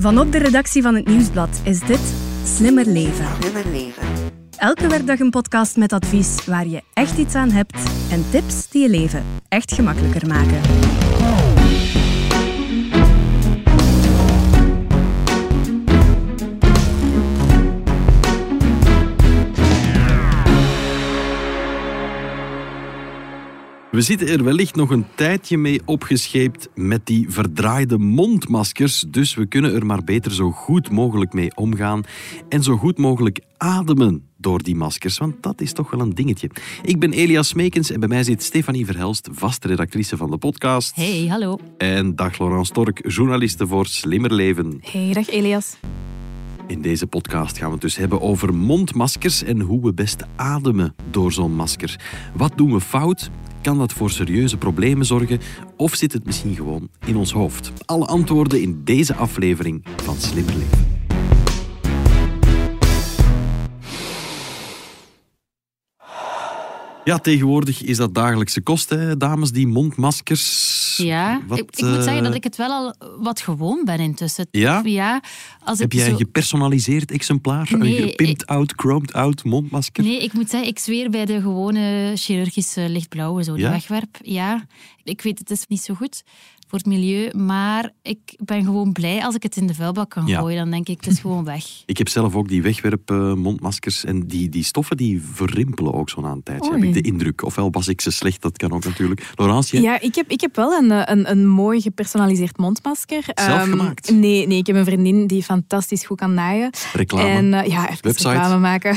Vanop de redactie van het Nieuwsblad is dit Slimmer Leven. Elke werkdag een podcast met advies waar je echt iets aan hebt en tips die je leven echt gemakkelijker maken. We zitten er wellicht nog een tijdje mee opgescheept met die verdraaide mondmaskers, dus we kunnen er maar beter zo goed mogelijk mee omgaan en zo goed mogelijk ademen door die maskers, want dat is toch wel een dingetje. Ik ben Elias Meekens en bij mij zit Stefanie Verhelst, vaste redactrice van de podcast. Hey, hallo. En dag Laurence Stork, journaliste voor Slimmer Leven. Hey, dag Elias. In deze podcast gaan we het dus hebben over mondmaskers en hoe we best ademen door zo'n masker. Wat doen we fout? Kan dat voor serieuze problemen zorgen? Of zit het misschien gewoon in ons hoofd? Alle antwoorden in deze aflevering van Slimmer Leven. Ja, tegenwoordig is dat dagelijkse kost, hè, dames, die mondmaskers. Ja, ik moet zeggen dat ik het wel al wat gewoon ben intussen. Ja? Heb jij een gepersonaliseerd exemplaar? Nee, een gepimpt-out, chromed-out mondmasker? Nee, ik moet zeggen, ik zweer bij de gewone chirurgische lichtblauwe, zo, die wegwerp. Ja, ik weet, het is niet zo goed voor het milieu, maar ik ben gewoon blij als ik het in de vuilbak kan gooien. Dan denk ik, het is gewoon weg. Ik heb zelf ook die wegwerp-mondmaskers en die stoffen die verrimpelen ook zo na een tijdje, heb ik de indruk. Ofwel was ik ze slecht, dat kan ook natuurlijk. Laurence? Ja, ik heb wel een mooi gepersonaliseerd mondmasker. Zelf gemaakt? Nee, ik heb een vriendin die fantastisch goed kan naaien. Reclame? En, even website? Reclame maken.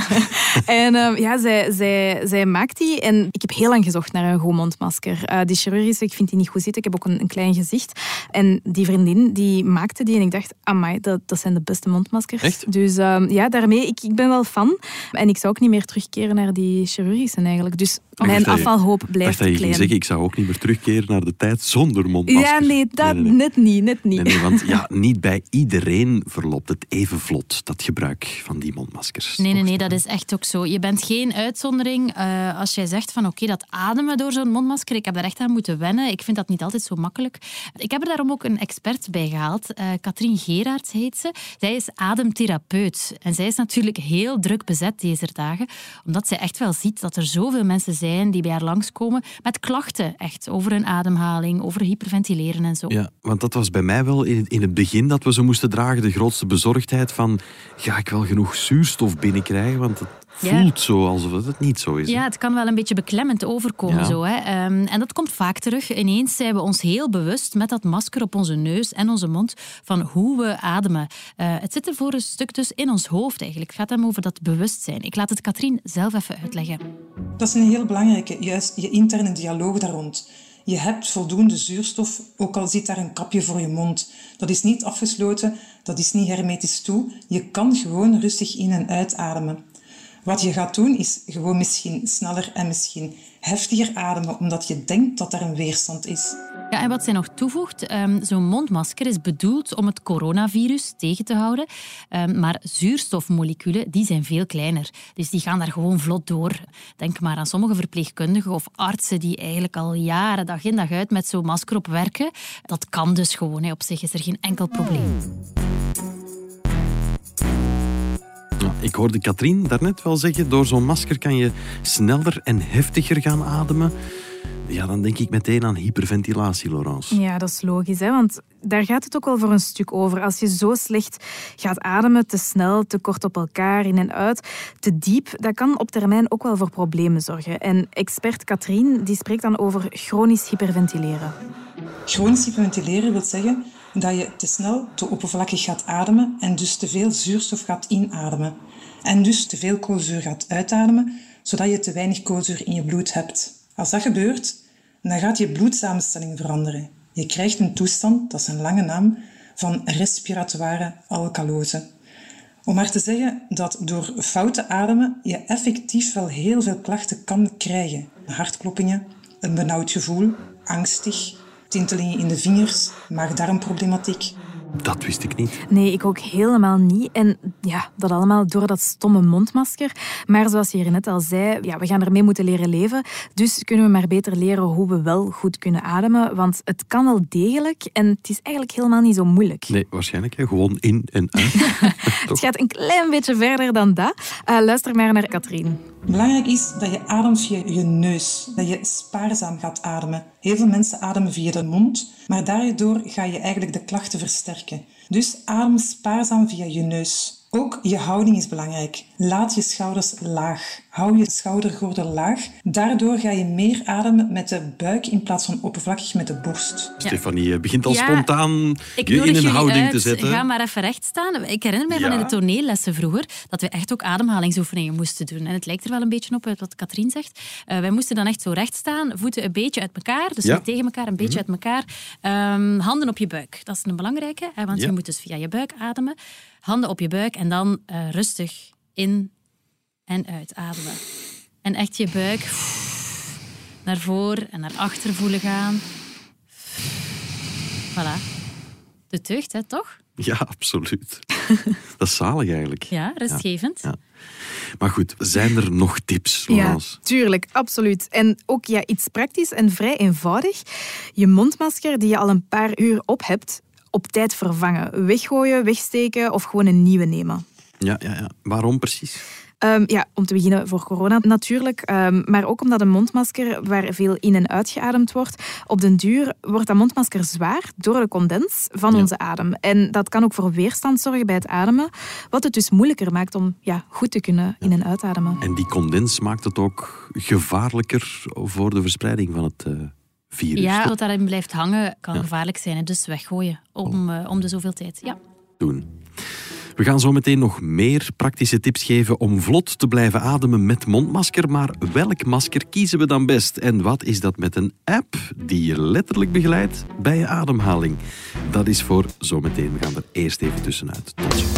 En zij maakt die. En ik heb heel lang gezocht naar een goed mondmasker. Die chirurgische, ik vind die niet goed zitten. Ik heb ook een klein gezicht. En die vriendin, die maakte die. En ik dacht, amai, dat zijn de beste mondmaskers. Echt? Dus daarmee, ik ben wel fan. En ik zou ook niet meer terugkeren naar die chirurgische eigenlijk. Dus mijn afvalhoop blijft klein. Zeggen, ik zou ook niet meer terugkeren naar de tijd zonder mondmasker. Ja, nee, net niet. Nee, want niet bij iedereen verloopt het even vlot, dat gebruik van die mondmaskers. Nee, dat is echt ook zo. Je bent geen uitzondering als jij zegt van oké, dat ademen door zo'n mondmasker, ik heb daar echt aan moeten wennen. Ik vind dat niet altijd zo makkelijk. Ik heb er daarom ook een expert bij gehaald. Katrien Geraerts heet ze. Zij is ademtherapeut. En zij is natuurlijk heel druk bezet deze dagen, omdat zij echt wel ziet dat er zoveel mensen zijn die bij haar langskomen met klachten echt over hun ademhaling, over hyperventileren en zo. Ja, want dat was bij mij wel in het begin dat we ze moesten dragen, de grootste bezorgdheid van, ga ik wel genoeg zuurstof binnenkrijgen? Want het voelt zo alsof het niet zo is. Ja, het kan wel een beetje beklemmend overkomen. Zo, hè. En dat komt vaak terug. Ineens zijn we ons heel bewust met dat masker op onze neus en onze mond van hoe we ademen. Het zit er voor een stuk dus in ons hoofd eigenlijk. Het gaat hem over dat bewustzijn. Ik laat het Katrien zelf even uitleggen. Dat is een heel belangrijke, juist je interne dialoog daar rond. Je hebt voldoende zuurstof, ook al zit daar een kapje voor je mond. Dat is niet afgesloten, dat is niet hermetisch toe. Je kan gewoon rustig in- en uitademen. Wat je gaat doen is gewoon misschien sneller en misschien heftiger ademen, omdat je denkt dat er een weerstand is. Ja, en wat zij nog toevoegt, zo'n mondmasker is bedoeld om het coronavirus tegen te houden. Maar zuurstofmoleculen, die zijn veel kleiner. Dus die gaan daar gewoon vlot door. Denk maar aan sommige verpleegkundigen of artsen die eigenlijk al jaren dag in dag uit met zo'n masker op werken. Dat kan dus gewoon. Op zich is er geen enkel probleem. Ik hoorde Katrien daarnet wel zeggen, door zo'n masker kan je sneller en heftiger gaan ademen. Ja, dan denk ik meteen aan hyperventilatie, Laurence. Ja, dat is logisch, hè? Want daar gaat het ook wel voor een stuk over. Als je zo slecht gaat ademen, te snel, te kort op elkaar, in en uit, te diep, dat kan op termijn ook wel voor problemen zorgen. En expert Katrien die spreekt dan over chronisch hyperventileren. Chronisch hyperventileren wil zeggen dat je te snel, te oppervlakkig gaat ademen en dus te veel zuurstof gaat inademen. En dus te veel koolzuur gaat uitademen, zodat je te weinig koolzuur in je bloed hebt. Als dat gebeurt, dan gaat je bloedsamenstelling veranderen. Je krijgt een toestand, dat is een lange naam, van respiratoire alkalose. Om maar te zeggen dat door fout te ademen je effectief wel heel veel klachten kan krijgen. Hartkloppingen, een benauwd gevoel, angstig, tintelingen in de vingers, maag-darmproblematiek. Dat wist ik niet. Nee, ik ook helemaal niet. En ja, dat allemaal door dat stomme mondmasker. Maar zoals je hier net al zei, ja, we gaan ermee moeten leren leven. Dus kunnen we maar beter leren hoe we wel goed kunnen ademen. Want het kan wel degelijk en het is eigenlijk helemaal niet zo moeilijk. Nee, waarschijnlijk. Hè? Gewoon in en uit. Het gaat een klein beetje verder dan dat. Luister maar naar Katrien. Belangrijk is dat je ademt via je neus. Dat je spaarzaam gaat ademen. Heel veel mensen ademen via de mond, maar daardoor ga je eigenlijk de klachten versterken. Dus adem spaarzaam via je neus. Ook je houding is belangrijk. Laat je schouders laag. Hou je schoudergordel laag. Daardoor ga je meer ademen met de buik in plaats van oppervlakkig met de borst. Ja. Stefanie, je begint al spontaan je in een houding te zetten. Ga maar even recht staan. Ik herinner me van in de toneellessen vroeger dat we echt ook ademhalingsoefeningen moesten doen. En het lijkt er wel een beetje op uit wat Katrien zegt. Wij moesten dan echt zo recht staan, voeten een beetje uit elkaar, dus niet tegen elkaar, een beetje uit elkaar. Handen op je buik. Dat is een belangrijke, want je moet dus via je buik ademen. Handen op je buik en dan rustig in en uitademen. En echt je buik naar voor en naar achter voelen gaan. Voilà. De deugd, hè, toch? Ja, absoluut. Dat is zalig eigenlijk. Ja, rustgevend. Ja. Maar goed, zijn er nog tips, Laurence? Ja, tuurlijk, absoluut. En ook iets praktisch en vrij eenvoudig. Je mondmasker die je al een paar uur op hebt, op tijd vervangen. Weggooien, wegsteken of gewoon een nieuwe nemen. Ja. Waarom precies? Om te beginnen voor corona natuurlijk. Maar ook omdat een mondmasker waar veel in- en uitgeademd wordt, op den duur wordt dat mondmasker zwaar door de condens van onze adem. En dat kan ook voor weerstand zorgen bij het ademen, wat het dus moeilijker maakt om goed te kunnen in- en uitademen. En die condens maakt het ook gevaarlijker voor de verspreiding van het virus. Ja, wat daarin blijft hangen kan gevaarlijk zijn. Dus weggooien om de zoveel tijd. Ja. Doen. We gaan zo meteen nog meer praktische tips geven om vlot te blijven ademen met mondmasker. Maar welk masker kiezen we dan best? En wat is dat met een app die je letterlijk begeleidt bij je ademhaling? Dat is voor zometeen. We gaan er eerst even tussenuit. Tot zo.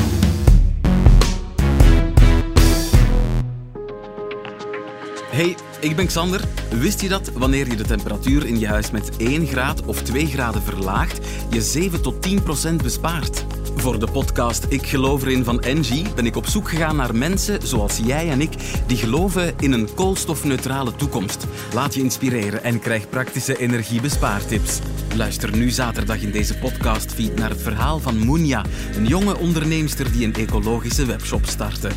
Hey, ik ben Xander. Wist je dat wanneer je de temperatuur in je huis met 1 graad of 2 graden verlaagt, je 7 tot 10% bespaart? Voor de podcast Ik geloof erin van Engie ben ik op zoek gegaan naar mensen zoals jij en ik die geloven in een koolstofneutrale toekomst. Laat je inspireren en krijg praktische energiebespaartips. Luister nu zaterdag in deze podcastfeed naar het verhaal van Moenia, een jonge onderneemster die een ecologische webshop startte.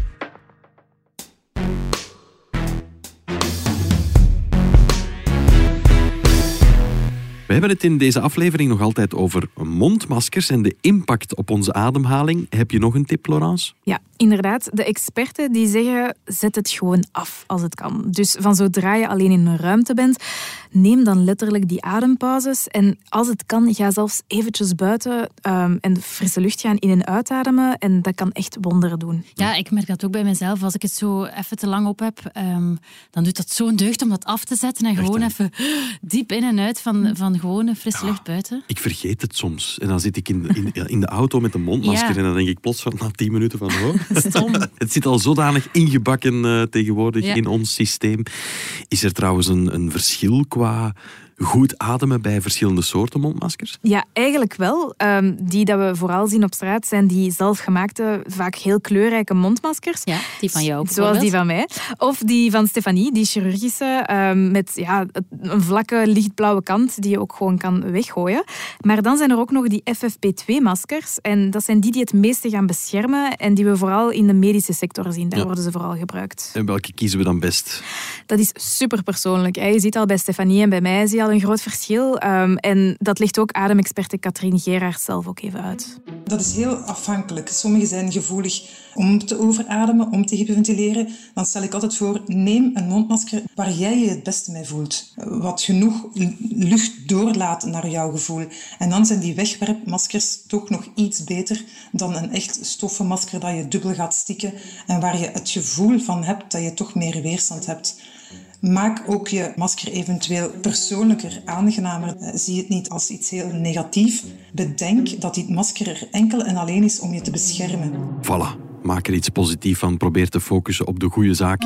We hebben het in deze aflevering nog altijd over mondmaskers en de impact op onze ademhaling. Heb je nog een tip, Laurence? Ja, inderdaad. De experten die zeggen, zet het gewoon af als het kan. Dus van zodra je alleen in een ruimte bent, neem dan letterlijk die adempauzes. En als het kan, ga zelfs eventjes buiten en frisse lucht gaan in- en uitademen. En dat kan echt wonderen doen. Ja, ik merk dat ook bij mezelf. Als ik het zo even te lang op heb, dan doet dat zo'n deugd om dat af te zetten en gewoon even diep in en uit van gewone frisse lucht buiten. Ik vergeet het soms. En dan zit ik in de auto met een mondmasker en dan denk ik plots van na 10 minuten van Stom. Het zit al zodanig ingebakken tegenwoordig in ons systeem. Is er trouwens een verschil qua goed ademen bij verschillende soorten mondmaskers? Ja, eigenlijk wel. Die dat we vooral zien op straat zijn die zelfgemaakte, vaak heel kleurrijke mondmaskers. Ja, die van jou zoals die van mij. Of die van Stefanie, die chirurgische, met een vlakke lichtblauwe kant die je ook gewoon kan weggooien. Maar dan zijn er ook nog die FFP2-maskers. En dat zijn die het meeste gaan beschermen en die we vooral in de medische sector zien. Daar worden ze vooral gebruikt. En welke kiezen we dan best? Dat is super persoonlijk. Je ziet al bij Stefanie en bij mij zie je al een groot verschil. En dat legt ook ademexperte Katrien Gerards zelf ook even uit. Dat is heel afhankelijk. Sommigen zijn gevoelig om te overademen, om te hyperventileren. Dan stel ik altijd voor, neem een mondmasker waar jij je het beste mee voelt. Wat genoeg lucht doorlaat naar jouw gevoel. En dan zijn die wegwerpmaskers toch nog iets beter dan een echt stoffen masker dat je dubbel gaat stikken en waar je het gevoel van hebt dat je toch meer weerstand hebt. Maak ook je masker eventueel persoonlijker, aangenamer. Zie het niet als iets heel negatief. Bedenk dat dit masker er enkel en alleen is om je te beschermen. Voilà, maak er iets positiefs van. Probeer te focussen op de goede zaak.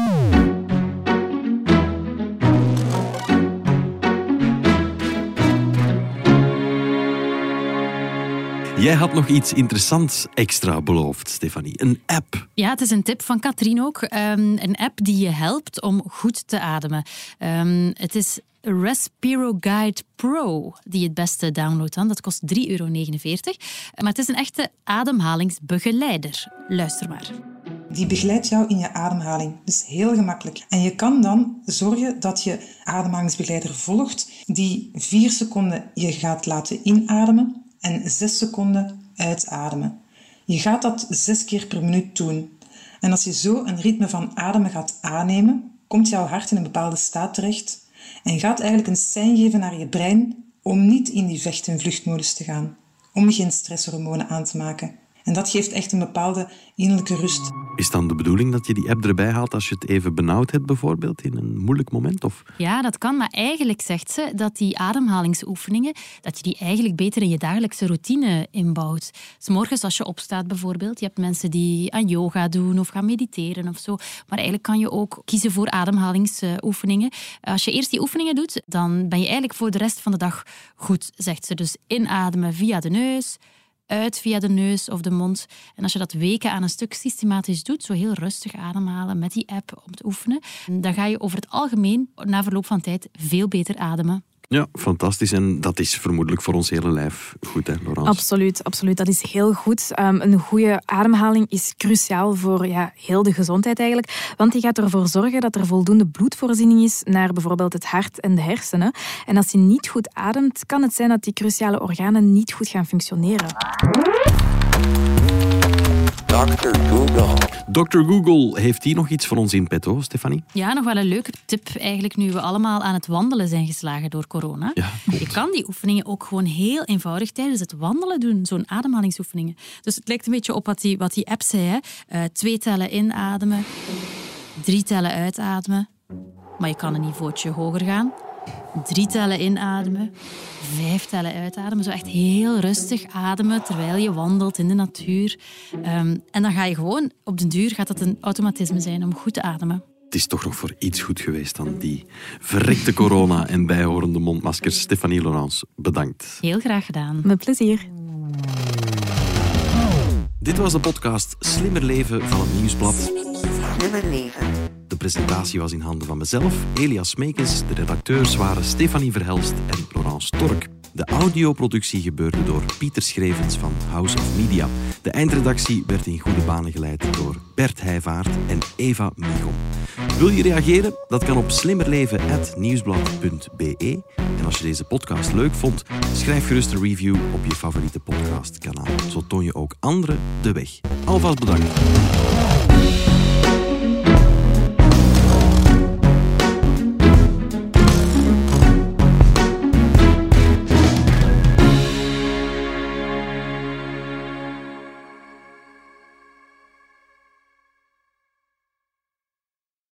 Jij had nog iets interessants extra beloofd, Stefanie. Een app. Ja, het is een tip van Katrien ook. Een app die je helpt om goed te ademen. Het is Respiro Guide Pro die je het beste downloadt dan. Dat kost €3,49. Maar het is een echte ademhalingsbegeleider. Luister maar. Die begeleidt jou in je ademhaling. Dus heel gemakkelijk. En je kan dan zorgen dat je ademhalingsbegeleider volgt, die 4 seconden je gaat laten inademen en 6 seconden uitademen. Je gaat dat 6 keer per minuut doen. En als je zo een ritme van ademen gaat aannemen, komt jouw hart in een bepaalde staat terecht en gaat eigenlijk een sein geven naar je brein om niet in die vecht- en vluchtmodus te gaan. Om geen stresshormonen aan te maken. En dat geeft echt een bepaalde innerlijke rust. Is dan de bedoeling dat je die app erbij haalt als je het even benauwd hebt, bijvoorbeeld, in een moeilijk moment? Of? Ja, dat kan, maar eigenlijk zegt ze dat die ademhalingsoefeningen, dat je die eigenlijk beter in je dagelijkse routine inbouwt. 's Morgens als je opstaat bijvoorbeeld, je hebt mensen die aan yoga doen of gaan mediteren of zo, maar eigenlijk kan je ook kiezen voor ademhalingsoefeningen. Als je eerst die oefeningen doet, dan ben je eigenlijk voor de rest van de dag goed, zegt ze. Dus inademen via de neus, uit via de neus of de mond. En als je dat weken aan een stuk systematisch doet, zo heel rustig ademhalen met die app om te oefenen, dan ga je over het algemeen na verloop van tijd veel beter ademen. Ja, fantastisch. En dat is vermoedelijk voor ons hele lijf goed, hè, Laurence? Absoluut, absoluut. Dat is heel goed. Een goede ademhaling is cruciaal voor heel de gezondheid eigenlijk. Want die gaat ervoor zorgen dat er voldoende bloedvoorziening is naar bijvoorbeeld het hart en de hersenen. En als je niet goed ademt, kan het zijn dat die cruciale organen niet goed gaan functioneren. Dr. Google. Dr. Google, heeft hij nog iets voor ons in petto, Stefanie? Ja, nog wel een leuke tip eigenlijk nu we allemaal aan het wandelen zijn geslagen door corona. Ja, je kan die oefeningen ook gewoon heel eenvoudig tijdens het wandelen doen, zo'n ademhalingsoefeningen. Dus het lijkt een beetje op wat die app zei. 2 tellen inademen, 3 tellen uitademen. Maar je kan een niveautje hoger gaan. 3 tellen inademen, 5 tellen uitademen. Zo echt heel rustig ademen terwijl je wandelt in de natuur. En dan ga je gewoon, op den duur gaat dat een automatisme zijn om goed te ademen. Het is toch nog voor iets goed geweest dan die verrekte corona en bijhorende mondmaskers. Stefanie Laurence, bedankt. Heel graag gedaan. Met plezier. Dit was de podcast Slimmer Leven van het Nieuwsblad. Slimmer Leven. De presentatie was in handen van mezelf, Elias Smekens. De redacteurs waren Stefanie Verhelst en Laurence Torck. De audioproductie gebeurde door Pieter Schrevens van House of Media. De eindredactie werd in goede banen geleid door Bert Heijvaart en Eva Michom. Wil je reageren? Dat kan op slimmerleven@nieuwsblad.be. En als je deze podcast leuk vond, schrijf gerust een review op je favoriete podcastkanaal. Zo toon je ook anderen de weg. Alvast bedankt.